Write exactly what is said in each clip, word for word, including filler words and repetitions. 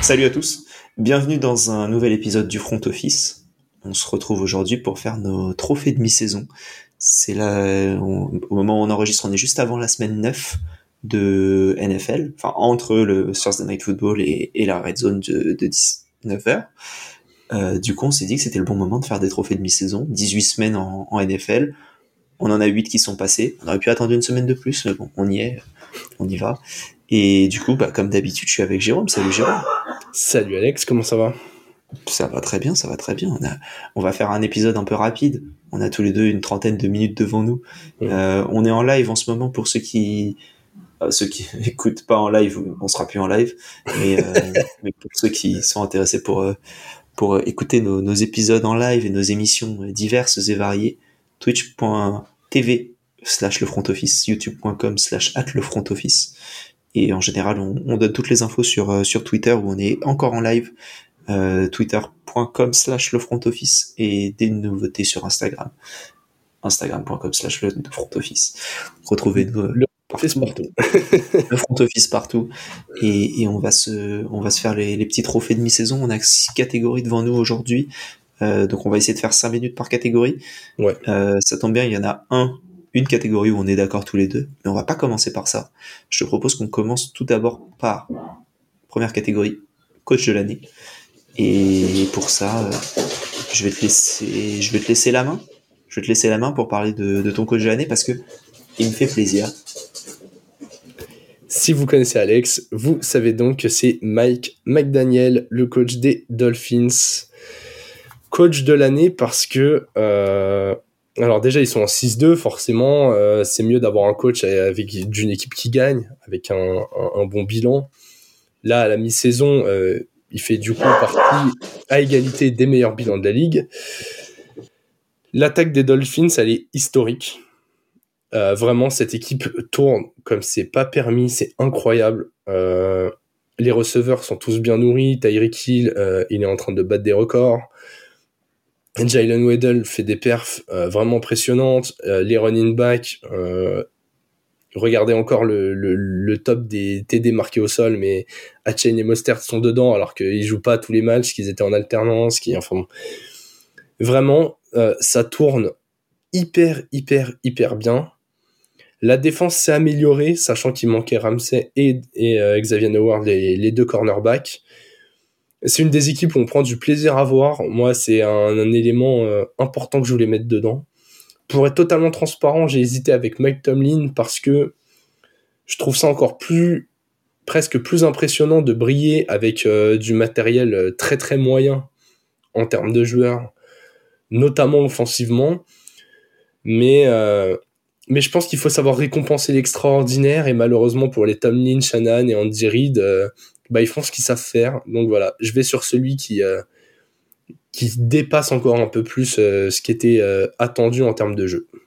Salut à tous, bienvenue dans un nouvel épisode du Front Office. On se retrouve aujourd'hui pour faire nos trophées de mi-saison. C'est là, on- au moment où on enregistre, on est juste avant la semaine neuf de N F L, enfin entre le Thursday Night Football et, et la Red Zone de, de dix-neuf heures. Euh, du coup, on s'est dit que c'était le bon moment de faire des trophées de mi-saison, dix-huit semaines en, en N F L. On en a huit qui sont passés. On aurait pu attendre une semaine de plus, mais bon, on y est, on y va. Et du coup, bah, comme d'habitude, je suis avec Jérôme. Salut Jérôme. Salut Alex, comment ça va? Ça va très bien, ça va très bien. On, a, on va faire un épisode un peu rapide. On a tous les deux une trentaine de minutes devant nous. Mmh. Euh, on est en live en ce moment pour ceux qui euh, ceux qui écoutent pas en live, on sera plus en live. Mais, euh, mais pour ceux qui sont intéressés pour euh, pour écouter nos, nos épisodes en live et nos émissions diverses et variées, twitch point t v slash le front office, youtube point com slash at le front office. Et en général, on, on donne toutes les infos sur euh, sur Twitter où on est encore en live. Euh, twitter point com slash le front office et des nouveautés sur Instagram, instagram point com slash le front office. Retrouvez-nous euh, le partout, partout. le front office partout, et, et on va se on va se faire les, les petits trophées de mi-saison. On a six catégories devant nous aujourd'hui, euh, donc on va essayer de faire cinq minutes par catégorie. Ouais. Euh, ça tombe bien, il y en a un une catégorie où on est d'accord tous les deux, mais on va pas commencer par ça. Je te propose qu'on commence tout d'abord par première catégorie, coach de l'année. Et pour ça, euh, je vais te laisser, je vais te laisser la main. Je vais te laisser la main pour parler de, de ton coach de l'année parce que il me fait plaisir. Si vous connaissez Alex, vous savez donc que c'est Mike McDaniel, le coach des Dolphins. Coach de l'année parce que, euh, alors déjà ils sont en six deux, forcément, euh, c'est mieux d'avoir un coach avec d'une équipe qui gagne, avec un, un, un bon bilan. Là, à la mi-saison, euh, il fait du coup partie à égalité des meilleurs bilans de la ligue. L'attaque des Dolphins, elle est historique. Euh, vraiment, cette équipe tourne comme c'est pas permis, c'est incroyable. Euh, les receveurs sont tous bien nourris. Tyreek Hill, euh, il est en train de battre des records. Jalen Waddle fait des perfs euh, vraiment impressionnantes. Euh, les running backs, euh, regardez encore le, le, le top des T D marqués au sol, mais Achane et Mostert sont dedans alors qu'ils jouent pas tous les matchs, qu'ils étaient en alternance, qui, enfin, bon. Vraiment, euh, ça tourne hyper, hyper, hyper bien. La défense s'est améliorée, sachant qu'il manquait Ramsey et, et euh, Xavier Howard, les, les deux cornerbacks. C'est une des équipes où on prend du plaisir à voir. Moi, c'est un, un élément euh, important que je voulais mettre dedans. Pour être totalement transparent, j'ai hésité avec Mike Tomlin parce que je trouve ça encore plus, presque plus impressionnant de briller avec euh, du matériel très très moyen en termes de joueurs, notamment offensivement. Mais, euh, mais je pense qu'il faut savoir récompenser l'extraordinaire, et malheureusement pour les Tomlin, Shanahan et Andy Reid, euh, bah, ils font ce qu'ils savent faire. Donc voilà, je vais sur celui qui, euh, qui dépasse encore un peu plus euh, ce qui était euh, attendu en termes de jeu.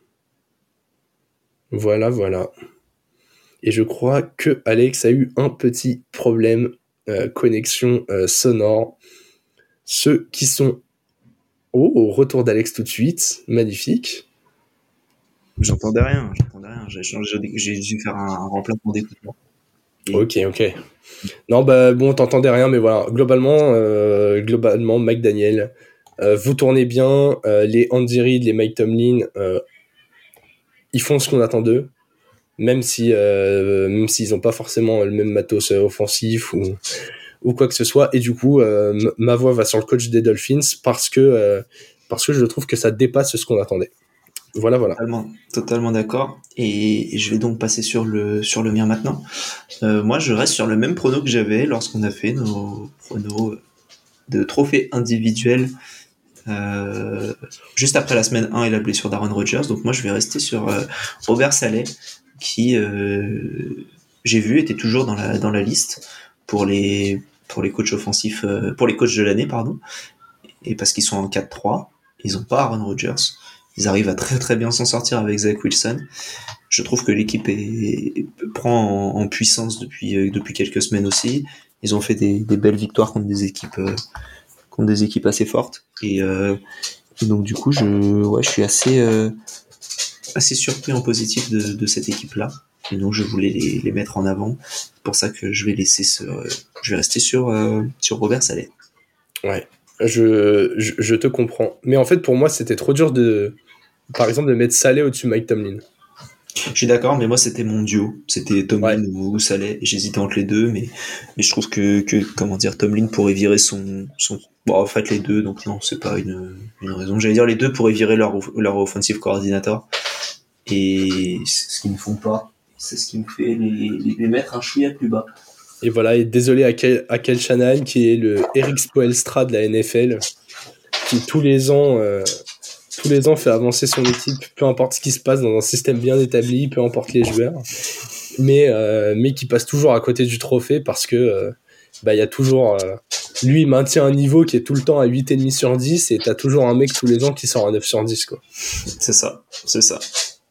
Voilà, voilà. Et je crois que Alex a eu un petit problème euh, connexion euh, sonore. Ceux qui sont oh, au retour d'Alex tout de suite, magnifique. J'entendais rien, j'entendais rien. J'ai, changé, j'ai dû faire un, un remplacement d'écoutement. Et... Ok, ok. Non, bah bon, t'entendais rien, mais voilà. Globalement, euh, globalement, McDaniel, euh, vous tournez bien. Euh, les Andy Reid, les Mike Tomlin, euh, ils font ce qu'on attend d'eux. Même si, euh, même s'ils n'ont pas forcément le même matos offensif ou, ou quoi que ce soit. Et du coup, euh, m- ma voix va sur le coach des Dolphins parce que, euh, parce que je trouve que ça dépasse ce qu'on attendait. Voilà, voilà. Totalement, totalement d'accord. Et, et je vais donc passer sur le, sur le mien maintenant. Euh, moi, je reste sur le même prono que j'avais lorsqu'on a fait nos pronos de trophées individuels euh, juste après la semaine un et la blessure d'Aaron Rodgers. Donc moi, je vais rester sur euh, Robert Saleh, qui, euh, j'ai vu, était toujours dans la, dans la liste pour les, pour les coachs offensifs, euh, pour les coachs de l'année, pardon. Et parce qu'ils sont en quatre trois, ils n'ont pas Aaron Rodgers. Ils arrivent à très très bien s'en sortir avec Zach Wilson. Je trouve que l'équipe est, prend en, en puissance depuis, euh, depuis quelques semaines aussi. Ils ont fait des, des belles victoires contre des équipes, euh, contre des équipes assez fortes. Et, euh, et donc du coup, je, ouais, je suis assez, euh, assez surpris en positif de, de cette équipe-là. Et donc je voulais les, les mettre en avant. C'est pour ça que je vais laisser ce, je vais rester sur, euh, sur Robert Saleh. Ouais, je, je, je te comprends. Mais en fait, pour moi, c'était trop dur de, par exemple, de mettre Saleh au-dessus de Mike Tomlin. Je suis d'accord, mais moi c'était mon duo, c'était Tomlin Ouais. ou Saleh. J'hésitais entre les deux, mais mais je trouve que, que comment dire, Tomlin pourrait virer son son. Bon, en fait les deux, donc non, c'est pas une une raison. J'allais dire les deux pourraient virer leur leur offensive coordinator, et c'est ce qu'ils ne font pas. C'est ce qui me fait les, les, les mettre un chouïa plus bas. Et voilà, et désolé à Kel, à Kel Shanahan, qui est le Eric Spoelstra de la N F L, qui tous les ans, euh, tous les ans fait avancer son équipe, peu importe ce qui se passe dans un système bien établi, peu importe les joueurs, mais, euh, mais qui passe toujours à côté du trophée parce que euh, bah, y a toujours... Euh, lui, il maintient un niveau qui est tout le temps à huit virgule cinq sur dix, et t'as toujours un mec tous les ans qui sort à neuf sur dix, quoi. C'est ça, c'est ça.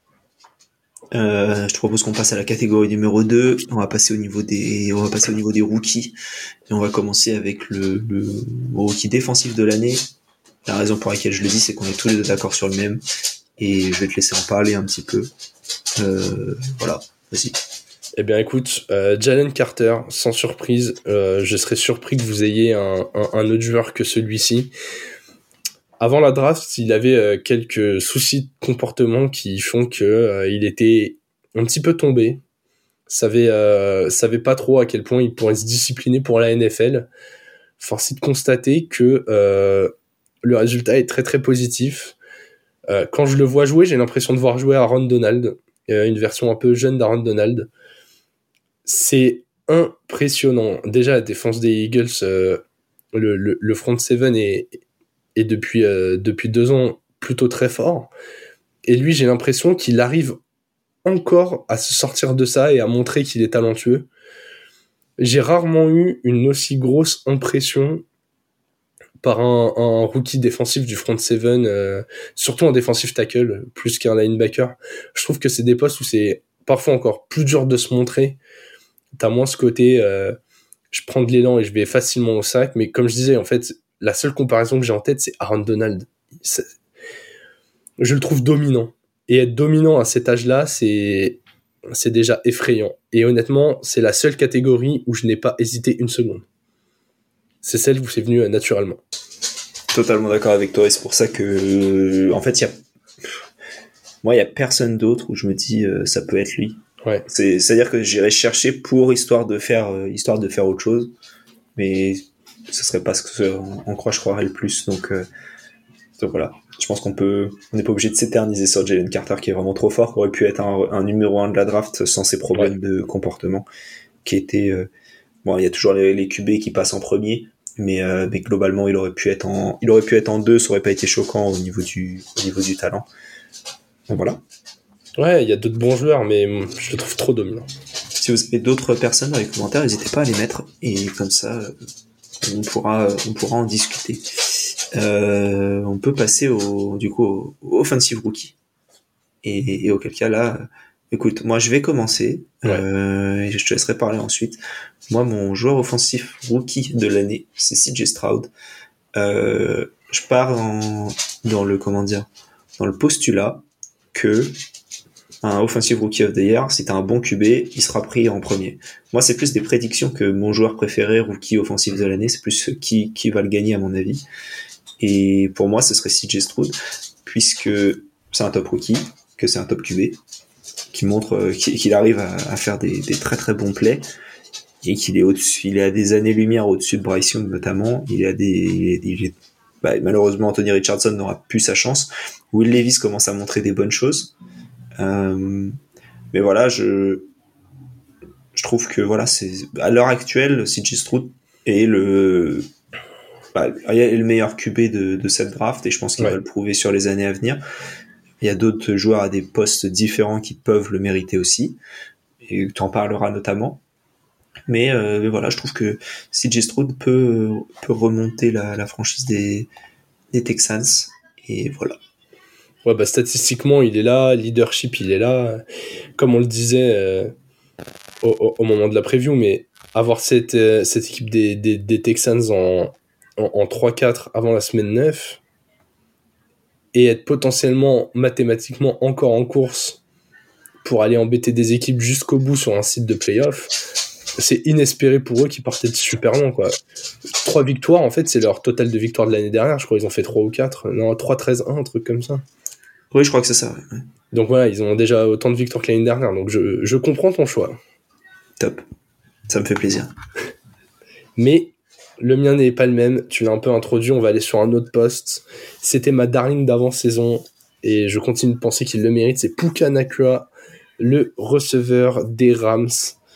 Euh, je te propose qu'on passe à la catégorie numéro deux. On va passer au niveau des, on va passer au niveau des rookies. Et on va commencer avec le, le rookie défensif de l'année. La raison pour laquelle je le dis, c'est qu'on est tous les deux d'accord sur le même. Et je vais te laisser en parler un petit peu. Euh, voilà, vas-y. Eh bien, écoute, euh, Jalen Carter, sans surprise, euh, je serais surpris que vous ayez un, un, un autre joueur que celui-ci. Avant la draft, il avait euh, quelques soucis de comportement qui font que euh, il était un petit peu tombé. Savait, euh, savait pas trop à quel point il pourrait se discipliner pour la N F L. Force est de constater que euh, le résultat est très très positif. Euh, quand je le vois jouer, j'ai l'impression de voir jouer Aaron Donald, euh, une version un peu jeune d'Aaron Donald. C'est impressionnant. Déjà, la défense des Eagles, euh, le, le, le front seven est, est depuis, euh, depuis deux ans plutôt très fort. Et lui, j'ai l'impression qu'il arrive encore à se sortir de ça et à montrer qu'il est talentueux. J'ai rarement eu une aussi grosse impression par un, un rookie défensif du front seven, euh, surtout en defensive tackle, plus qu'un linebacker. Je trouve que c'est des postes où c'est parfois encore plus dur de se montrer. T'as moins ce côté, euh, je prends de l'élan et je vais facilement au sac, mais comme je disais, en fait, la seule comparaison que j'ai en tête, c'est Aaron Donald. C'est... Je le trouve dominant. Et être dominant à cet âge-là, c'est, c'est déjà effrayant. Et honnêtement, c'est la seule catégorie où je n'ai pas hésité une seconde. C'est celle où c'est venu euh, naturellement. Totalement d'accord avec toi, et c'est pour ça que, euh, en fait, il y a, moi, il y a personne d'autre où je me dis, euh, ça peut être lui. Ouais. C'est, c'est-à-dire que j'irais chercher pour histoire de faire, euh, histoire de faire autre chose, mais ce serait pas ce que en quoi je croirais le plus. Donc, euh, donc voilà. Je pense qu'on peut, on n'est pas obligé de s'éterniser sur Jalen Carter, qui est vraiment trop fort, qui aurait pu être un, un numéro un de la draft sans ses problèmes ouais. de comportement, qui était, euh, bon, il y a toujours les, les Q B qui passent en premier, mais, euh, mais globalement, il aurait pu être en, il aurait pu être en deux, ça aurait pas été choquant au niveau du, au niveau du talent. Donc voilà. Ouais, il y a d'autres bons joueurs, mais je le trouve trop dominant. Si vous avez d'autres personnes dans les commentaires, n'hésitez pas à les mettre, et comme ça, on pourra, on pourra en discuter. Euh, on peut passer au, du coup, au, au offensive rookie. Et, et auquel cas là, écoute, moi je vais commencer, ouais. euh, et je te laisserai parler ensuite. Moi, mon joueur offensif rookie de l'année, c'est C J Stroud. Euh, je pars en, dans le, comment dire, dans le postulat que un offensive rookie of the year, si t'as un bon Q B, il sera pris en premier. Moi, c'est plus des prédictions que mon joueur préféré rookie offensif de l'année, c'est plus qui, qui va le gagner à mon avis. Et pour moi, ce serait C J Stroud, puisque c'est un top rookie, que c'est un top Q B, qui montre qu'il arrive à, à faire des, des très très bons plays, et qu'il est au-dessus, il est à des années-lumière au-dessus de Bryce Young notamment. Il a des, il est, bah, malheureusement Anthony Richardson n'aura plus sa chance. Will Levis commence à montrer des bonnes choses, euh, mais voilà, je je trouve que voilà, c'est à l'heure actuelle, C J Stroud est le bah, est le meilleur Q B de, de cette draft, et je pense qu'il ouais. va le prouver sur les années à venir. Il y a d'autres joueurs à des postes différents qui peuvent le mériter aussi, et tu en parleras notamment. Mais, euh, mais voilà, je trouve que C J Stroud peut, peut remonter la, la franchise des, des Texans, et voilà. Ouais, bah, statistiquement, il est là, leadership, il est là. Comme on le disait euh, au, au, au moment de la preview, mais avoir cette, euh, cette équipe des, des, des Texans en, en, en trois quatre avant la semaine neuf, et être potentiellement mathématiquement encore en course pour aller embêter des équipes jusqu'au bout sur un site de playoff, c'est inespéré pour eux qui partaient de super loin, quoi. Trois victoires, en fait, c'est leur total de victoires de l'année dernière. Je crois qu'ils ont fait trois ou quatre. Non, trois treize un, un truc comme ça. Oui, je crois que c'est ça. Ouais. Donc voilà, ils ont déjà autant de victoires que l'année dernière. Donc je, je comprends ton choix. Top. Ça me fait plaisir. Mais le mien n'est pas le même. Tu l'as un peu introduit. On va aller sur un autre poste. C'était ma darling d'avant-saison. Et je continue de penser qu'il le mérite. C'est Puka Nacua, le receveur des Rams.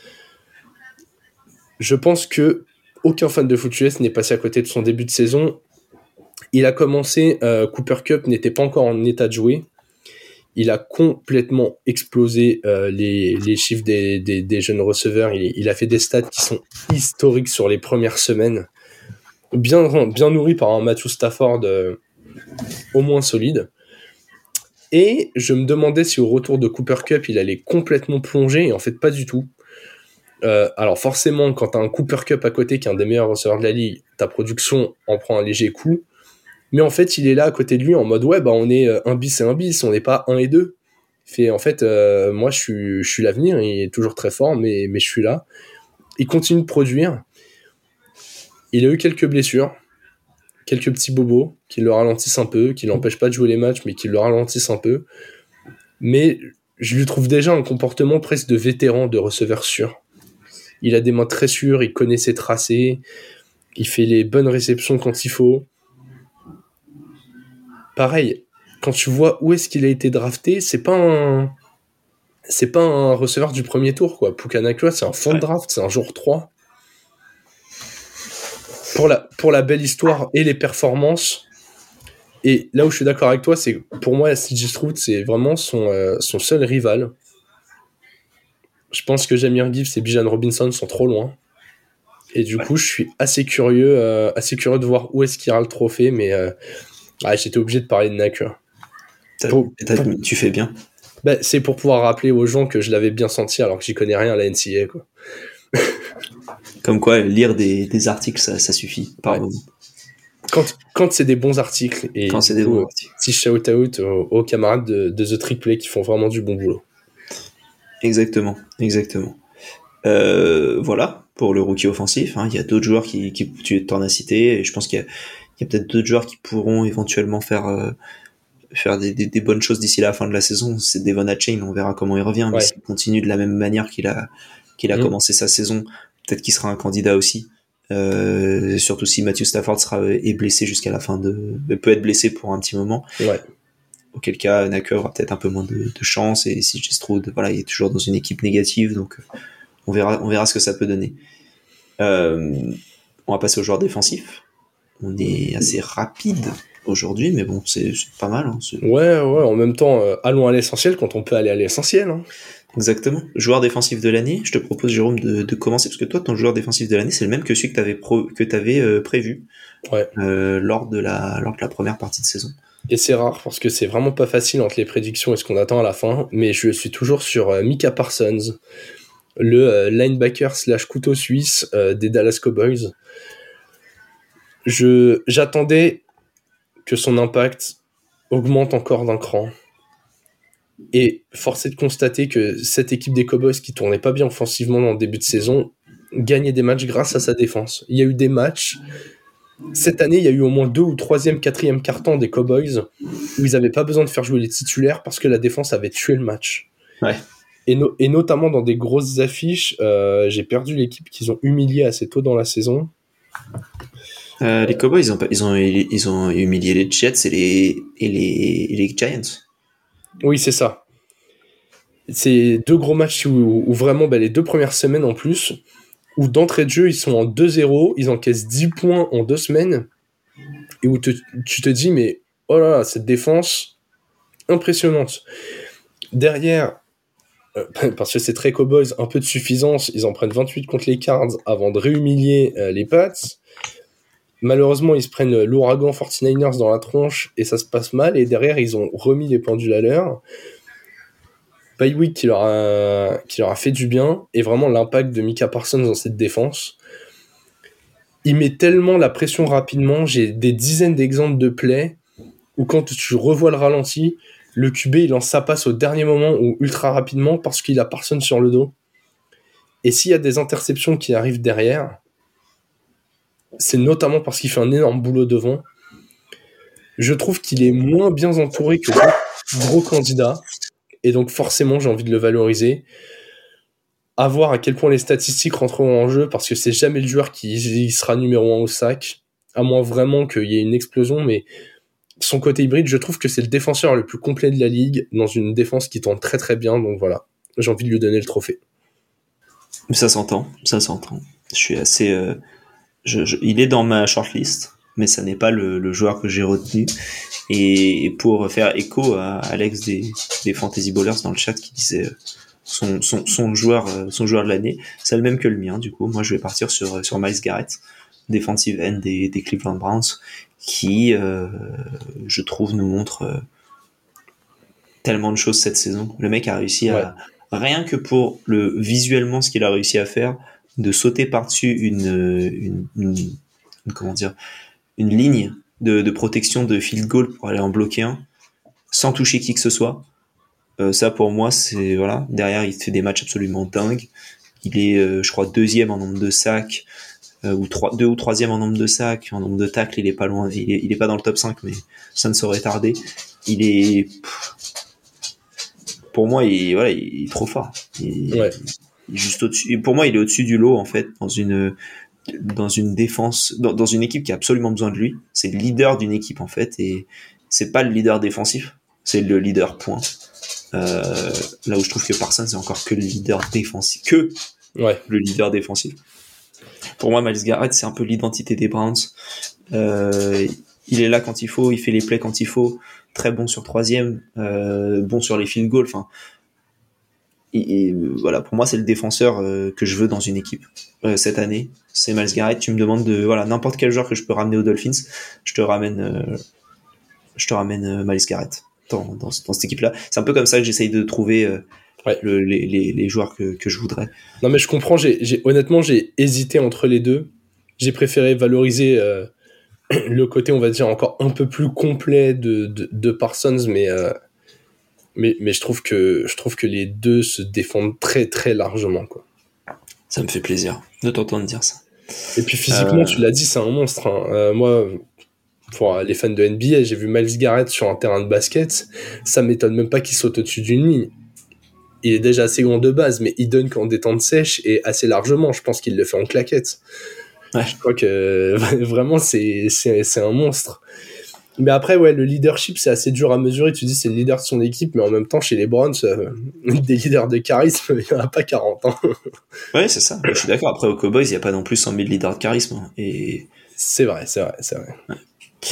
Je pense que aucun fan de foot U S n'est passé à côté de son début de saison. Il a commencé, euh, Cooper Kupp n'était pas encore en état de jouer. Il a complètement explosé euh, les, les chiffres des, des, des jeunes receveurs. Il, il a fait des stats qui sont historiques sur les premières semaines. Bien, bien nourri par un Matthew Stafford euh, au moins solide. Et je me demandais si au retour de Cooper Kupp, il allait complètement plonger. Et en fait, pas du tout. Euh, alors forcément, quand tu as un Cooper Kupp à côté qui est un des meilleurs receveurs de la ligue, ta production en prend un léger coup. Mais en fait, il est là à côté de lui en mode ouais, bah on est un bis et un bis, on n'est pas un et deux. Il fait en fait, euh, moi je suis, je suis l'avenir, il est toujours très fort, mais, mais je suis là. Il continue de produire. Il a eu quelques blessures, quelques petits bobos qui le ralentissent un peu, qui l'empêchent pas de jouer les matchs, mais qui le ralentissent un peu. Mais je lui trouve déjà un comportement presque de vétéran, de receveur sûr. Il a des mains très sûres, il connaît ses tracés, il fait les bonnes réceptions quand il faut. Pareil, quand tu vois où est-ce qu'il a été drafté, c'est pas un, c'est pas un receveur du premier tour, quoi. Puka Nacua, c'est un fond de draft, c'est un jour trois. Pour la, pour la belle histoire et les performances. Et là où je suis d'accord avec toi, c'est pour moi, C J Stroud, c'est vraiment son, euh, son seul rival. Je pense que Jahmyr Gibbs et Bijan Robinson sont trop loin. Et du ouais. coup, je suis assez curieux, euh, assez curieux de voir où est-ce qu'il y aura le trophée, mais euh, ah, j'étais obligé de parler de Nacua. Pour, pour, tu fais bien. Bah, c'est pour pouvoir rappeler aux gens que je l'avais bien senti alors que j'y connais rien à la N C A A, quoi. Comme quoi, lire des, des articles, ça, ça suffit. Pardon. Ouais. Quand, quand c'est des bons articles, et quand c'est des bons articles. Petit shout-out aux, aux camarades de, de The Trick Play qui font vraiment du bon boulot. Exactement, exactement. Euh, voilà, pour le rookie offensif, hein, il y a d'autres joueurs qui, qui tu t'en as cité, et je pense qu'il y a, il y a peut-être d'autres joueurs qui pourront éventuellement faire... Euh, faire des, des, des bonnes choses d'ici la fin de la saison. C'est Devon Achane, on verra comment il revient, mais ouais. S'il continue de la même manière qu'il a, qu'il a mmh. commencé sa saison, peut-être qu'il sera un candidat aussi. Euh, surtout si Matthew Stafford sera, est blessé jusqu'à la fin de, peut être blessé pour un petit moment. Ouais. Auquel cas, Nacua aura peut-être un peu moins de, de chance, et si C J Stroud, voilà, il est toujours dans une équipe négative, donc on verra, on verra ce que ça peut donner. Euh, on va passer aux joueurs défensifs. On est assez rapide aujourd'hui, mais bon, c'est, c'est pas mal. Hein, c'est... Ouais, ouais, en même temps, euh, allons à l'essentiel quand on peut aller à l'essentiel. Hein. Exactement. Joueur défensif de l'année, je te propose, Jérôme, de, de commencer, parce que toi, ton joueur défensif de l'année, c'est le même que celui que t'avais, pro, que t'avais euh, prévu ouais. euh, lors, de la, lors de la première partie de saison. Et c'est rare, parce que c'est vraiment pas facile entre les prédictions et ce qu'on attend à la fin, mais je suis toujours sur euh, Micah Parsons, le euh, linebacker slash couteau suisse euh, des Dallas Cowboys. Je, j'attendais que son impact augmente encore d'un cran. Et force est de constater que cette équipe des Cowboys qui tournait pas bien offensivement dans le début de saison gagnait des matchs grâce à sa défense. Il y a eu des matchs, cette année il y a eu au moins deux ou troisième, quatrième carton des Cowboys où ils n'avaient pas besoin de faire jouer les titulaires parce que la défense avait tué le match. Ouais. Et, no- et notamment dans des grosses affiches, euh, j'ai perdu l'équipe qu'ils ont humiliée assez tôt dans la saison. Euh, les Cowboys, ils ont, ils, ont, ils ont humilié les Jets et les, et les, et les Giants. Oui, c'est ça. C'est deux gros matchs où, où vraiment, bah, les deux premières semaines en plus, où d'entrée de jeu, ils sont en deux zéro, ils encaissent dix points en deux semaines, et où te, tu te dis, mais oh là là, cette défense, impressionnante. Derrière, euh, parce que c'est très Cowboys, un peu de suffisance, ils en prennent vingt-huit contre les Cards avant de réhumilier euh, les Pats. Malheureusement, ils se prennent l'ouragan forty-niners dans la tronche et ça se passe mal. Et derrière, ils ont remis les pendules à l'heure. Bye week qui leur a, qui leur a fait du bien. Et vraiment, l'impact de Micah Parsons dans cette défense. Il met tellement la pression rapidement. J'ai des dizaines d'exemples de plays où quand tu revois le ralenti, le Q B il lance sa passe au dernier moment ou ultra rapidement parce qu'il a personne sur le dos. Et s'il y a des interceptions qui arrivent derrière, c'est notamment parce qu'il fait un énorme boulot devant. Je trouve qu'il est moins bien entouré que d'autres gros candidats. Et donc forcément, j'ai envie de le valoriser. À voir à quel point les statistiques rentreront en jeu, parce que c'est jamais le joueur qui il sera numéro un au sac, à moins vraiment qu'il y ait une explosion, mais son côté hybride, je trouve que c'est le défenseur le plus complet de la ligue, dans une défense qui tourne très très bien, donc voilà, j'ai envie de lui donner le trophée. Ça s'entend, ça s'entend. Je suis assez... Euh, je, je, il est dans ma shortlist, mais ça n'est pas le, le joueur que j'ai retenu. Et, et pour faire écho à Alex des, des Fantasy Ballers dans le chat qui disait son, son, son, joueur, son joueur de l'année, c'est le même que le mien, du coup. Moi, je vais partir sur, sur Myles Garrett, defensive end des, des Cleveland Browns, qui, euh, je trouve, nous montre euh, tellement de choses cette saison. Le mec a réussi à... Ouais. Rien que pour le visuellement ce qu'il a réussi à faire, de sauter par-dessus une, une, une, une comment dire, une ligne de, de protection de field goal pour aller en bloquer un, sans toucher qui que ce soit. Euh, ça pour moi c'est voilà. Derrière il fait des matchs absolument dingues. Il est, euh, je crois, deuxième en nombre de sacs, euh, ou trois, deux ou troisième en nombre de sacs, en nombre de tacles. Il est pas loin, il est, il est pas dans le top cinq, mais ça ne saurait tarder. Il est pff, pour moi, il, voilà, il est trop fort. Il, ouais. il est juste au-dessus. Pour moi, il est au-dessus du lot, en fait, dans une, dans une défense, dans, dans une équipe qui a absolument besoin de lui. C'est le leader d'une équipe, en fait, et c'est pas le leader défensif, c'est le leader point. Euh, là où je trouve que Parsons, c'est encore que le leader défensif, que ouais. le leader défensif. Pour moi, Myles Garrett, c'est un peu l'identité des Browns. Euh, il est là quand il faut, il fait les plays quand il faut. Très bon sur troisième, euh, bon sur les field goals. Enfin, et, et, voilà, pour moi, c'est le défenseur euh, que je veux dans une équipe euh, cette année. C'est Myles Garrett. Tu me demandes de voilà n'importe quel joueur que je peux ramener aux Dolphins, je te ramène, euh, je te ramène euh, Myles Garrett dans, dans, dans cette équipe-là. C'est un peu comme ça que j'essaye de trouver euh, ouais. le, les, les, les joueurs que, que je voudrais. Non, mais je comprends. J'ai, j'ai honnêtement, j'ai hésité entre les deux. J'ai préféré valoriser. Euh... le côté, on va dire, encore un peu plus complet de, de, de Parsons, mais, euh, mais, mais je, trouve que, je trouve que les deux se défendent très, très largement, quoi. Ça me fait plaisir de t'entendre dire ça. Et puis physiquement, euh... tu l'as dit, c'est un monstre. Hein. Euh, moi, pour les fans de N B A, j'ai vu Myles Garrett sur un terrain de basket. Ça m'étonne même pas qu'il saute au-dessus d'une ligne. Il est déjà assez grand de base, mais il dunk en détente sèche et assez largement. Je pense qu'il le fait en claquette. Ouais. Je crois que vraiment c'est, c'est, c'est un monstre. Mais après, ouais, le leadership, c'est assez dur à mesurer. Tu dis c'est le leader de son équipe, mais en même temps, chez les Browns, euh, des leaders de charisme, il n'y en a pas quarante. Hein. Ouais, c'est ça. Je suis d'accord. Après, aux Cowboys, il n'y a pas non plus cent mille leaders de charisme. Et... C'est vrai, c'est vrai, c'est vrai. Ouais.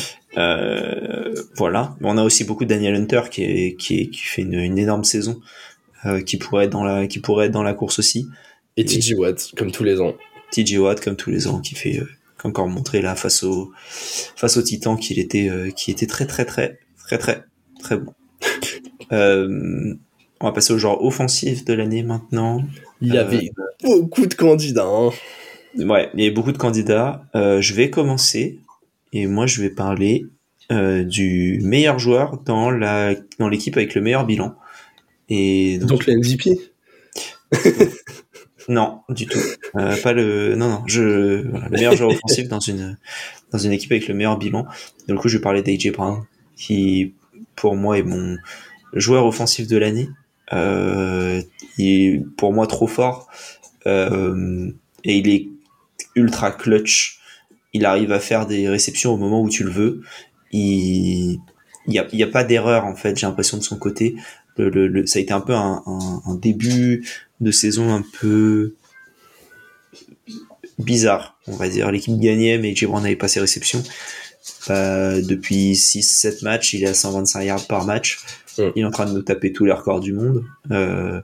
Euh, voilà. On a aussi beaucoup de Daniel Hunter qui, est, qui, est, qui fait une, une énorme saison, euh, qui, pourrait être dans la, qui pourrait être dans la course aussi. Et, et T J Watt, comme tous les ans. T J Watt comme tous les ans qui fait euh, qui a encore montré là face au face au Titan qu'il était euh, qui était très très très très très très bon. euh, on va passer au genre offensif de l'année maintenant. Il y avait euh, beaucoup de candidats. Hein. Ouais, il y avait beaucoup de candidats. Euh, je vais commencer et moi je vais parler euh, du meilleur joueur dans la dans l'équipe avec le meilleur bilan. Et donc, donc le M V P. Non, du tout. Euh, pas le. Non, non. Je. Voilà, le meilleur joueur offensif dans une dans une équipe avec le meilleur bilan. Donc, du coup, je vais parler d'A J Brown, qui pour moi est mon joueur offensif de l'année. Euh, il est pour moi trop fort euh, et il est ultra clutch. Il arrive à faire des réceptions au moment où tu le veux. Il il y a il y a pas d'erreur en fait. J'ai l'impression de son côté. Le, le, le, ça a été un peu un, un, un début de saison un peu bizarre, on va dire. L'équipe gagnait, mais J. Brown n'avait pas ses réceptions. Euh, depuis six sept matchs, il est à cent vingt-cinq yards par match. Mmh. Il est en train de nous taper tous les records du monde. Euh,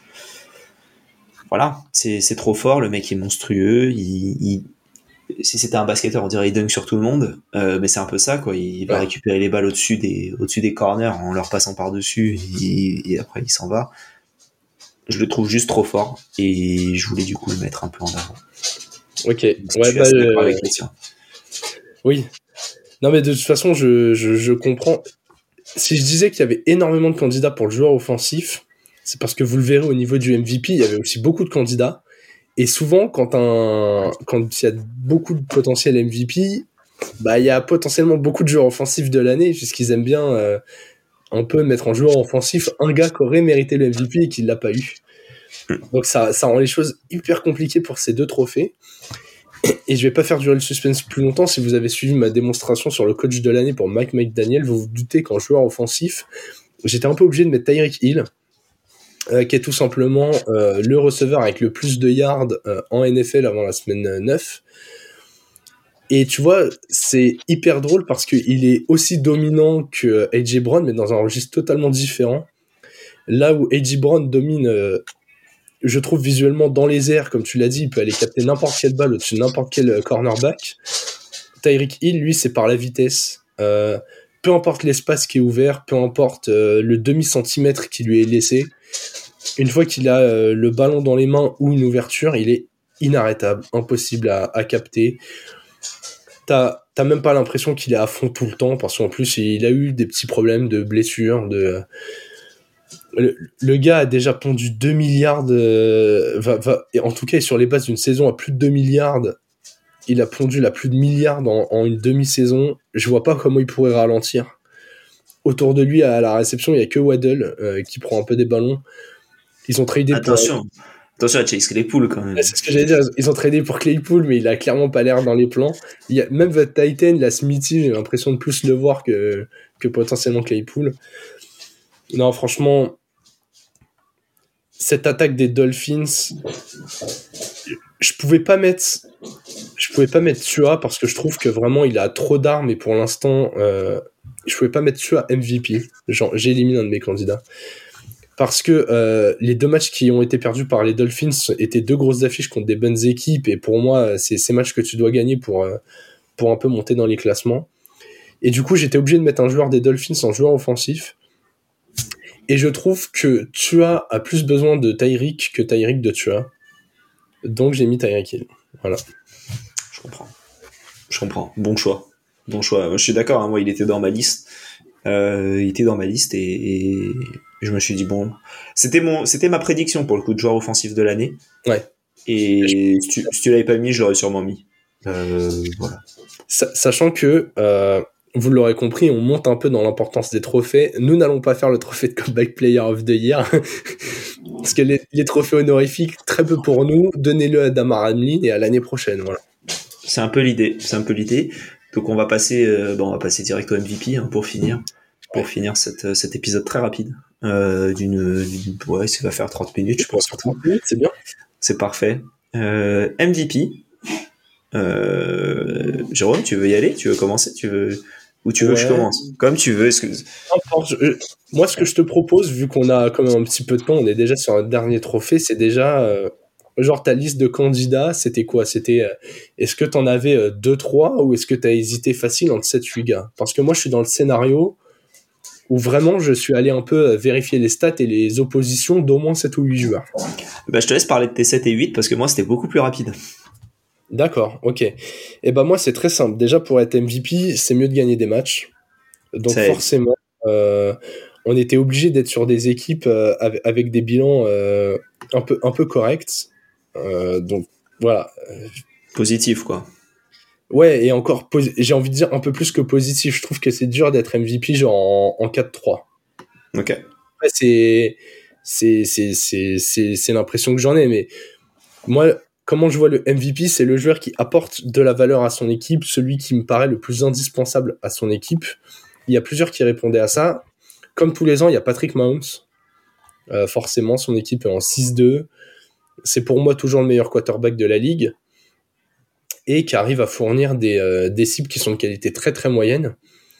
voilà, c'est, c'est trop fort. Le mec est monstrueux. Il, il, si c'était un basketteur, on dirait il dunk sur tout le monde. Euh, mais c'est un peu ça, quoi. Il va ouais. récupérer les balles au-dessus des, au-dessus des corners en leur passant par-dessus. Et, et après, il s'en va. Je le trouve juste trop fort. Et je voulais du coup le mettre un peu en avant. Ok. Ouais, bah, euh... avec les tiens. Oui. Non, mais de toute façon, je, je, je comprends. si je disais qu'il y avait énormément de candidats pour le joueur offensif, c'est parce que vous le verrez au niveau du M V P, il y avait aussi beaucoup de candidats. Et souvent, quand un, quand il y a beaucoup de potentiel M V P, bah, il y a potentiellement beaucoup de joueurs offensifs de l'année, puisqu'ils aiment bien, euh, un peu mettre en joueur offensif un gars qui aurait mérité le M V P et qui l'a pas eu. Donc ça, ça rend les choses hyper compliquées pour ces deux trophées. Et je vais pas faire durer le suspense plus longtemps. Si vous avez suivi ma démonstration sur le coach de l'année pour Mike McDaniel, vous vous doutez qu'en joueur offensif, j'étais un peu obligé de mettre Tyreek Hill, euh, qui est tout simplement euh, le receveur avec le plus de yards euh, en N F L avant la semaine neuf. Et tu vois, c'est hyper drôle parce qu'il est aussi dominant que A J Brown, mais dans un registre totalement différent. Là où A J Brown domine, euh, je trouve visuellement dans les airs, comme tu l'as dit, il peut aller capter n'importe quelle balle au-dessus de n'importe quel cornerback. Tyreek Hill, lui, c'est par la vitesse. Euh, peu importe l'espace qui est ouvert, peu importe euh, le demi-centimètre qui lui est laissé, une fois qu'il a euh, le ballon dans les mains ou une ouverture, il est inarrêtable, impossible à, à capter. T'as, t'as même pas l'impression qu'il est à fond tout le temps, parce qu'en plus, il a eu des petits problèmes de blessures, de... Le, le gars a déjà pondu deux milliards, de, va, va, et en tout cas, sur les bases d'une saison à plus de deux milliards, il a pondu là plus de milliards en, en une demi-saison. Je vois pas comment il pourrait ralentir. Autour de lui, à la réception, il y a que Waddle euh, qui prend un peu des ballons. Ils ont tradé Attention. pour... Attention à Chase Claypool quand même. Ouais, c'est ce que j'allais dire. Ils ont tradé pour Claypool, mais il a clairement pas l'air dans les plans. Il y a, même votre Titan, la Smithy, j'ai l'impression de plus le voir que, que potentiellement Claypool. Non, franchement, cette attaque des Dolphins, je pouvais pas mettre, je pouvais pas mettre Tua parce que je trouve que vraiment il a trop d'armes et pour l'instant, euh, je pouvais pas mettre Tua M V P. Genre, j'élimine un de mes candidats. Parce que euh, les deux matchs qui ont été perdus par les Dolphins étaient deux grosses affiches contre des bonnes équipes, et pour moi, c'est ces matchs que tu dois gagner pour, euh, pour un peu monter dans les classements. Et du coup, j'étais obligé de mettre un joueur des Dolphins en joueur offensif. Et je trouve que Tua a plus besoin de Tyreek que Tyreek de Tua. Donc j'ai mis Tyreek Hill. Voilà. Je comprends. Je comprends. Bon choix. Bon choix. Je suis d'accord, hein, moi, il était dans ma liste. Euh, il était dans ma liste et... et... je me suis dit bon, c'était mon, c'était ma prédiction pour le coup de joueur offensif de l'année. Ouais. Et si tu, si tu l'avais pas mis, je l'aurais sûrement mis. Euh, voilà. Sa- sachant que, euh, vous l'aurez compris, on monte un peu dans l'importance des trophées. Nous n'allons pas faire le trophée de Comeback Player of the Year. Parce que les, les trophées honorifiques, très peu pour nous. Donnez-le à Damar Hamlin et à l'année prochaine. Voilà. C'est un peu l'idée. C'est un peu l'idée. Donc on va passer, euh, bon, on va passer direct au M V P hein, pour finir. Pour ouais. finir cette, cet épisode très rapide. Euh, d'une, d'une, ouais, ça va faire trente minutes, je pense. trente minutes, c'est bien. C'est parfait. Euh, M V P. Euh, Jérôme, tu veux y aller? Tu veux commencer? Tu veux, ou tu veux ouais. que je commence? Comme tu veux. Est-ce que... N'importe. Je... Moi, ce que je te propose, vu qu'on a quand même un petit peu de temps, on est déjà sur un dernier trophée, c'est déjà, euh, genre, ta liste de candidats, c'était quoi? C'était, euh, est-ce que t'en avais euh, deux, trois, ou est-ce que t'as hésité facile entre sept, huit gars? Parce que moi, je suis dans le scénario où vraiment je suis allé un peu vérifier les stats et les oppositions d'au moins sept ou huit joueurs. Bah, je te laisse parler de tes sept et huit parce que moi c'était beaucoup plus rapide. D'accord, ok. Et bah moi c'est très simple. Déjà pour être M V P, c'est mieux de gagner des matchs. Donc ça forcément, euh, on était obligé d'être sur des équipes euh, avec, avec des bilans euh, un peu un peu corrects. Euh, donc voilà. Positif quoi. Ouais, et encore, posi- j'ai envie de dire un peu plus que positif. Je trouve que c'est dur d'être M V P genre en, en quatre trois. Ok. Ouais, c'est, c'est, c'est, c'est, c'est, c'est l'impression que j'en ai, mais moi, comment je vois le M V P, c'est le joueur qui apporte de la valeur à son équipe, celui qui me paraît le plus indispensable à son équipe. Il y a plusieurs qui répondaient à ça. Comme tous les ans, il y a Patrick Mahomes. Euh, forcément, son équipe est en six deux. C'est pour moi toujours le meilleur quarterback de la ligue. Et qui arrive à fournir des, euh, des cibles qui sont de qualité très très moyenne.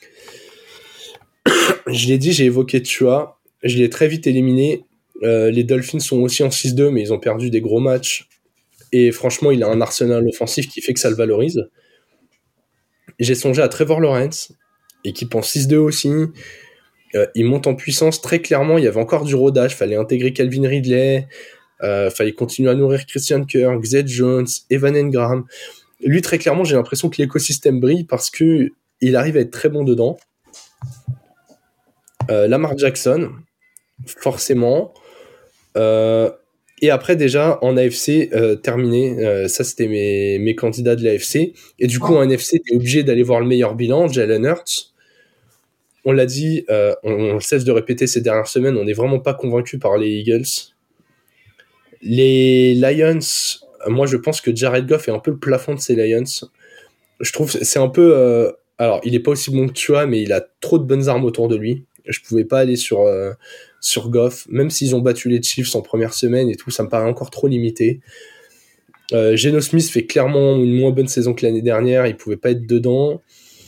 Je l'ai dit, j'ai évoqué Tua, je l'ai très vite éliminé. Euh, les Dolphins sont aussi en six deux, mais ils ont perdu des gros matchs. Et franchement, il a un arsenal offensif qui fait que ça le valorise. J'ai songé à Trevor Lawrence, équipe en six deux aussi. Euh, il monte en puissance très clairement. Il y avait encore du rodage, fallait intégrer Calvin Ridley, euh, fallait continuer à nourrir Christian Kirk, Zed Jones, Evan Engram. Lui, très clairement, j'ai l'impression que l'écosystème brille parce que il arrive à être très bon dedans. Euh, Lamar Jackson, forcément. Euh, et après, déjà, en A F C, euh, terminé. Euh, ça, c'était mes, mes candidats de l'A F C. Et du coup, en N F C, t'es obligé d'aller voir le meilleur bilan, Jalen Hurts. On l'a dit, euh, on, on cesse de répéter ces dernières semaines, on n'est vraiment pas convaincu par les Eagles. Les Lions, moi, je pense que Jared Goff est un peu le plafond de ces Lions. Je trouve que c'est un peu... Euh, alors, il est pas aussi bon que Tua, mais il a trop de bonnes armes autour de lui. Je pouvais pas aller sur, euh, sur Goff, même s'ils ont battu les Chiefs en première semaine et tout, ça me paraît encore trop limité. Euh, Geno Smith fait clairement une moins bonne saison que l'année dernière, il pouvait pas être dedans.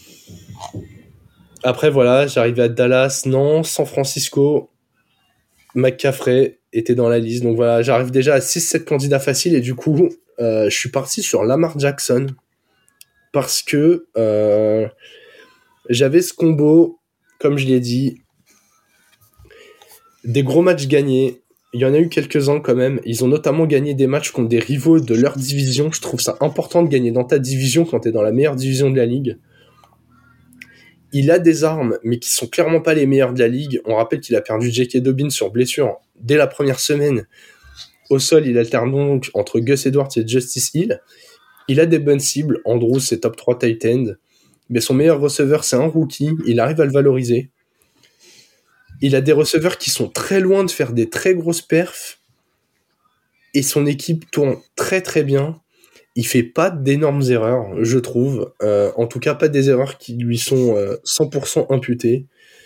Après, voilà, j'arrivais à Dallas, non, San Francisco, McCaffrey était dans la liste. Donc voilà, j'arrive déjà à six sept candidats faciles et du coup, euh, je suis parti sur Lamar Jackson parce que euh, j'avais ce combo, comme je l'ai dit, des gros matchs gagnés. Il y en a eu quelques-uns quand même. Ils ont notamment gagné des matchs contre des rivaux de leur division. Je trouve ça important de gagner dans ta division quand tu es dans la meilleure division de la ligue. Il a des armes, mais qui sont clairement pas les meilleures de la ligue. On rappelle qu'il a perdu J K. Dobbins sur blessure dès la première semaine. Au sol, il alterne donc entre Gus Edwards et Justice Hill. Il a des bonnes cibles. Andrews, c'est top trois tight end. Mais son meilleur receveur, c'est un rookie. Il arrive à le valoriser. Il a des receveurs qui sont très loin de faire des très grosses perfs. Et son équipe tourne très très bien. Il fait pas d'énormes erreurs, je trouve. Euh, en tout cas, pas des erreurs qui lui sont euh, cent pour cent imputées.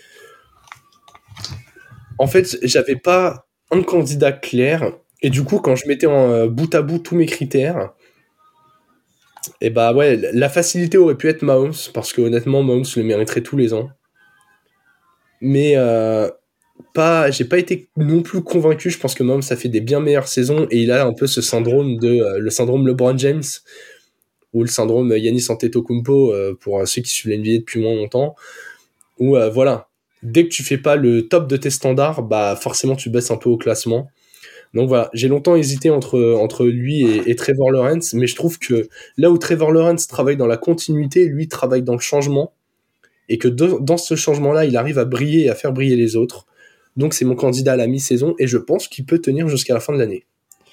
En fait, j'avais pas un candidat clair. Et du coup, quand je mettais en euh, bout à bout tous mes critères, et bah ouais, la facilité aurait pu être Mahomes, parce que honnêtement, Mahomes le mériterait tous les ans. Mais euh, pas, j'ai pas été non plus convaincu. Je pense que Mahomes a fait des bien meilleures saisons et il a un peu ce syndrome de euh, le syndrome LeBron James ou le syndrome Giannis Antetokounmpo euh, pour ceux qui suivent l'N B A depuis moins longtemps. Où euh, voilà, dès que tu fais pas le top de tes standards, bah forcément tu baisses un peu au classement. Donc voilà, j'ai longtemps hésité entre entre lui et, et Trevor Lawrence, mais je trouve que là où Trevor Lawrence travaille dans la continuité, lui travaille dans le changement. Et que de, dans ce changement-là, il arrive à briller et à faire briller les autres. Donc c'est mon candidat à la mi-saison et je pense qu'il peut tenir jusqu'à la fin de l'année.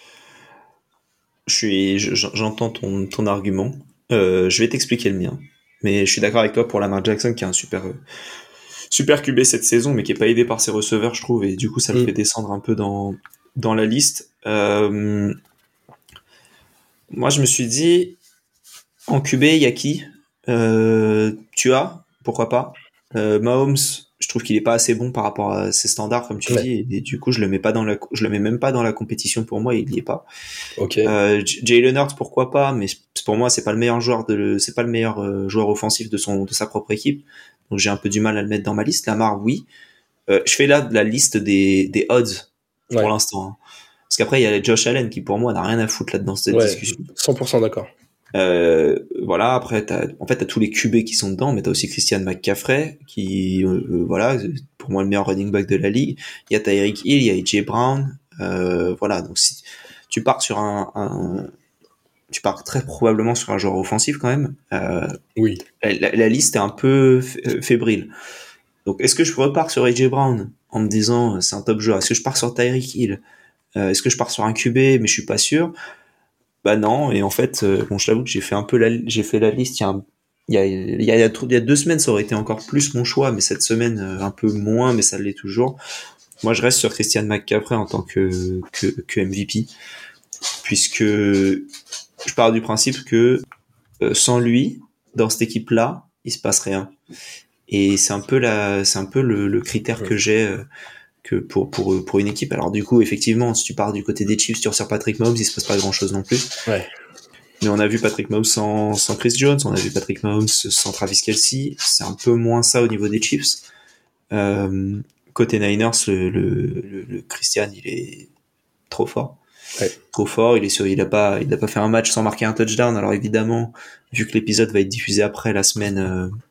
Je suis, j'entends ton, ton argument. Euh, je vais t'expliquer le mien. Mais je suis d'accord avec toi pour Lamar Jackson qui est un super, super Q B cette saison, mais qui est pas aidé par ses receveurs, je trouve, et du coup ça le mmh. fait descendre un peu dans, dans la liste. Euh, moi je me suis dit, en Q B, il y a qui euh, Tu as, pourquoi pas euh, Mahomes, je trouve qu'il est pas assez bon par rapport à ses standards, comme tu ouais. dis, et, et du coup je le mets pas dans la, je le mets même pas dans la compétition pour moi, il y est pas. Okay. Euh, Jalen Hurts, pourquoi pas, mais pour moi c'est pas le meilleur joueur de, c'est pas le meilleur euh, joueur offensif de son, de sa propre équipe, donc j'ai un peu du mal à le mettre dans ma liste. Lamar, oui. Euh, je fais là la liste des, des odds pour ouais. l'instant, hein. Parce qu'après il y a Josh Allen qui pour moi n'a rien à foutre là dans cette ouais, discussion. cent pour cent d'accord. Euh, voilà, après t'as, en fait t'as tous les Q B qui sont dedans, mais t'as aussi Christian McCaffrey qui, euh, voilà, pour moi le meilleur running back de la ligue. Il y a Tyreek Hill, il y a A J Brown, euh, voilà. Donc si tu pars sur un, un, tu pars très probablement sur un joueur offensif quand même. Euh, oui. La, la liste est un peu fébrile. Donc est-ce que je repars sur A J Brown en me disant c'est un top joueur? Est-ce que je pars sur Tyreek Hill? euh, Est-ce que je pars sur un Q B mais je suis pas sûr? Bah non, et en fait, euh, bon, je t'avoue que j'ai fait un peu la, j'ai fait la liste. Il y a, un, il y a, il y a, il y a deux semaines, ça aurait été encore plus mon choix, mais cette semaine euh, un peu moins, mais ça l'est toujours. Moi, je reste sur Christian McCaffrey en tant que que, que M V P, puisque je pars du principe que euh, sans lui, dans cette équipe-là, il se passe rien. Et c'est un peu la, c'est un peu le, le critère que j'ai. Euh, que pour pour pour une équipe. Alors du coup, effectivement, si tu pars du côté des Chiefs, tu ressors Patrick Mahomes, il se passe pas grand chose non plus. Ouais. Mais on a vu Patrick Mahomes sans sans Chris Jones, on a vu Patrick Mahomes sans Travis Kelce. C'est un peu moins ça au niveau des Chiefs. Euh, côté Niners, le, le le le Christian, il est trop fort. Ouais. Trop fort. Il est sur, il a pas il a pas fait un match sans marquer un touchdown. Alors évidemment, vu que l'épisode va être diffusé après la semaine. Euh,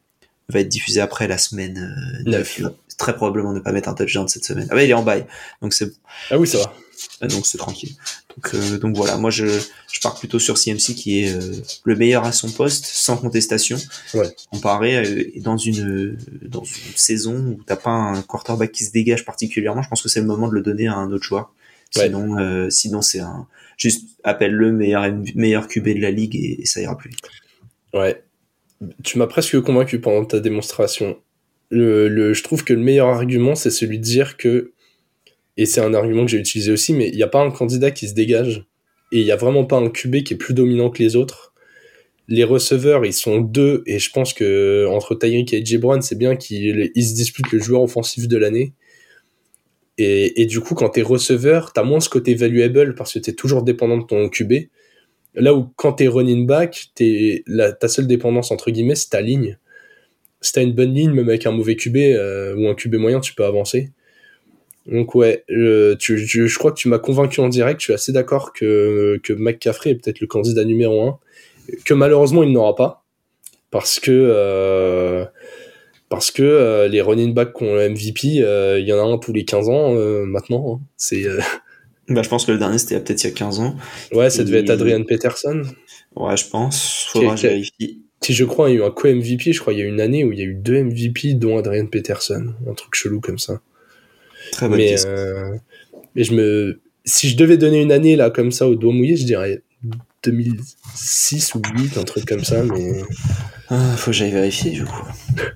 va être diffusé après la semaine euh, neuf. Il va très probablement ne pas mettre un touchdown cette semaine. Ah bah il est en bye, donc c'est Ah oui, ça va. donc c'est tranquille. Donc, euh, donc voilà, moi je, je pars plutôt sur C M C qui est euh, le meilleur à son poste, sans contestation. Ouais. Comparé euh, dans une dans une saison où t'as pas un quarterback qui se dégage particulièrement, je pense que c'est le moment de le donner à un autre joueur. Sinon, ouais. euh, sinon c'est un juste appelle-le meilleur meilleur Q B de la ligue et, et ça ira plus vite. Ouais. Tu m'as presque convaincu pendant ta démonstration. Le, le, je trouve que le meilleur argument, c'est celui de dire que, et c'est un argument que j'ai utilisé aussi, mais il n'y a pas un candidat qui se dégage, et il n'y a vraiment pas un Q B qui est plus dominant que les autres. Les receveurs, ils sont deux, et je pense que entre Tyreek et A J Brown, c'est bien qu'ils ils se disputent le joueur offensif de l'année. Et, et du coup, quand t'es receveur, t'as moins ce côté valuable, parce que t'es toujours dépendant de ton Q B. Là où quand t'es running back, t'es, la, ta seule dépendance, entre guillemets, c'est ta ligne. Si t'as une bonne ligne, même avec un mauvais Q B euh, ou un Q B moyen, tu peux avancer. Donc ouais, euh, tu, je, je crois que tu m'as convaincu en direct. Je suis assez d'accord que, que McCaffrey est peut-être le candidat numéro un, que malheureusement il n'aura pas, parce que euh, parce que euh, les running backs qui ont le M V P, il euh, y en a un tous les quinze ans euh, maintenant. Hein. C'est euh... bah, je pense que le dernier c'était peut-être il y a quinze ans. Ouais, ça et... devait être Adrian Peterson. Ouais, je pense. Faudra que je vérifie. Si je crois, il y a eu un co-M V P, je crois il y a eu une année où il y a eu deux M V P, dont Adrian Peterson. Un truc chelou comme ça. Très bonne mais, question. Euh, mais je me... si je devais donner une année là comme ça au doigt mouillé, je dirais deux mille six ou huit, un truc comme ça. Mais ah, faut que j'aille vérifier du coup.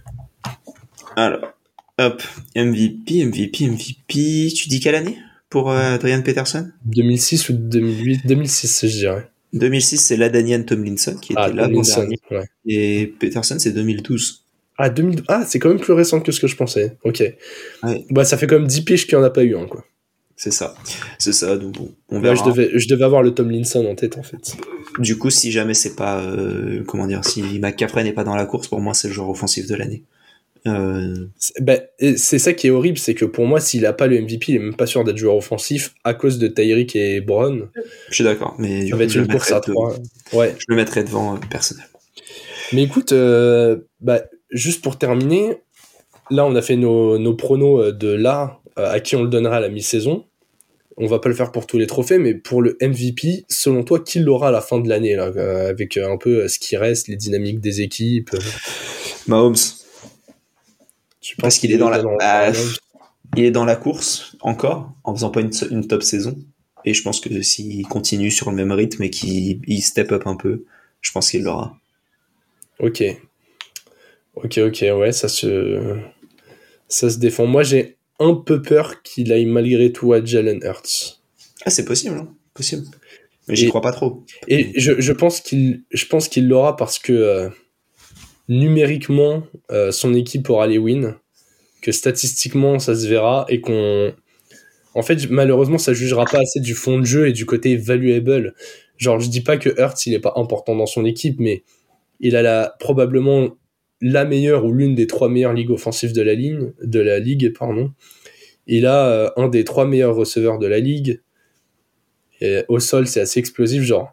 Alors, hop, M V P, M V P, M V P. Tu dis quelle année pour euh, Adrian Peterson? deux mille six ou deux mille huit, deux mille six, je dirais. deux mille six, c'est Ladainian Tomlinson qui était ah, là l'an dernier. Ouais. Et Peterson, c'est deux mille douze. Ah, deux mille douze. Ah, c'est quand même plus récent que ce que je pensais. Ok. Ouais. Bah, ça fait quand même dix piges qu'il n'y en a pas eu un, quoi. C'est ça. C'est ça, donc bon, on verra. Là, je, devais, je devais avoir le Tomlinson en tête, en fait. Du coup, si jamais c'est pas... Euh, comment dire, si McCaffrey n'est pas dans la course, pour moi, c'est le joueur offensif de l'année. Euh... C'est, bah, c'est ça qui est horrible, c'est que pour moi, s'il a pas le M V P, il est même pas sûr d'être joueur offensif à cause de Tyreek et Brown. Je suis d'accord, mais ça du va coup, être une course à trois. Ouais. Je le mettrais devant euh, personnellement. Mais écoute, euh, bah, juste pour terminer, là, on a fait nos, nos pronos de là euh, à qui on le donnera à la mi-saison. On va pas le faire pour tous les trophées, mais pour le M V P, selon toi, qui l'aura à la fin de l'année, là, euh, avec un peu ce qui reste, les dynamiques des équipes. Mahomes. Je Parce qu'il est dans la, dans bah, il est dans la course encore, en faisant pas une, une top saison. Et je pense que s'il continue sur le même rythme et qu'il il step up un peu, je pense qu'il l'aura. Ok. Ok, ok, ouais, ça se, ça se défend. Moi, j'ai un peu peur qu'il aille malgré tout à Jalen Hurts. Ah, c'est possible, hein, possible. Mais j'y et, crois pas trop. Et je, je pense qu'il, je pense qu'il l'aura parce que euh, numériquement, euh, son équipe aura les wins, que statistiquement, ça se verra et qu'on, en fait, malheureusement, ça jugera pas assez du fond de jeu et du côté valuable. Genre, je dis pas que Hurts, il est pas important dans son équipe, mais il a la, probablement la meilleure ou l'une des trois meilleures ligues offensives de la ligne, de la ligue, pardon. Il a euh, un des trois meilleurs receveurs de la ligue. Et au sol, c'est assez explosif, genre.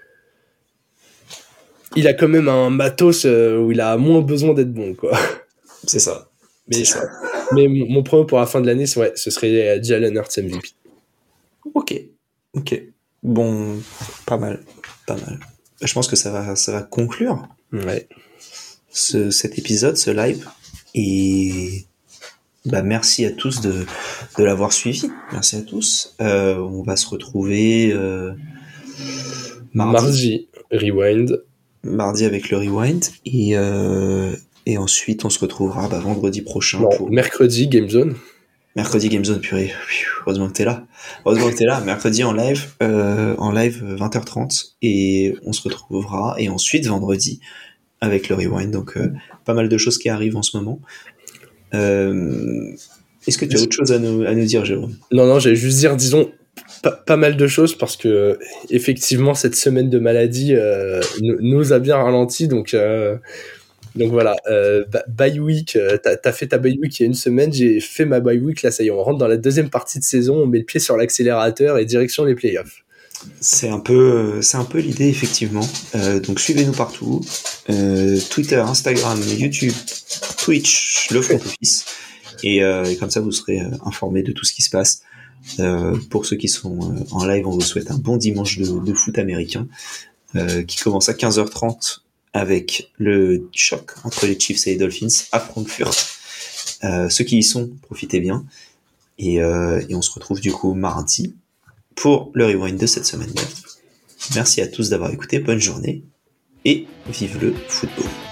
Il a quand même un matos euh, où il a moins besoin d'être bon, quoi. C'est ça. Mais, c'est ça. mais mon, mon promo pour la fin de l'année, c'est, ouais, ce serait Jalen Hurts M V P. Ok, ok. Bon, pas mal, pas mal. Je pense que ça va, ça va conclure. Ouais. Ce, cet épisode, ce live. Et bah, merci à tous de, de l'avoir suivi. Merci à tous. Euh, on va se retrouver euh, mardi. Mardi, Rewind. Mardi avec le Rewind. Et, euh, et ensuite, on se retrouvera bah, vendredi prochain. Non, pour... mercredi, Game Zone. Mercredi Game Zone, purée. Heureusement que t'es là. Heureusement que t'es là. Mercredi en live, euh, en live vingt heures trente. Et on se retrouvera. Et ensuite, vendredi, avec le Rewind. Donc, euh, pas mal de choses qui arrivent en ce moment. Euh, est-ce que tu as autre chose à nous, à nous dire, Jérôme? Non, non, j'allais juste dire, disons, pas, pas mal de choses parce que, effectivement, cette semaine de maladie euh, nous a bien ralenti. Donc, euh, donc voilà, euh, bye week, t'as, t'as fait ta bye week il y a une semaine, j'ai fait ma bye week, là, ça y est, on rentre dans la deuxième partie de saison, on met le pied sur l'accélérateur et direction les playoffs. C'est un peu, c'est un peu l'idée effectivement. Euh, donc suivez-nous partout, euh, Twitter, Instagram, YouTube, Twitch, le front office, et, euh, et comme ça vous serez euh, informés de tout ce qui se passe. Euh, pour ceux qui sont euh, en live, on vous souhaite un bon dimanche de, de foot américain euh, qui commence à quinze heures trente avec le choc entre les Chiefs et les Dolphins à Francfort. Euh, ceux qui y sont, profitez bien, et, euh, et on se retrouve du coup mardi pour le rewind de cette semaine. Merci à tous d'avoir écouté, bonne journée et vive le football.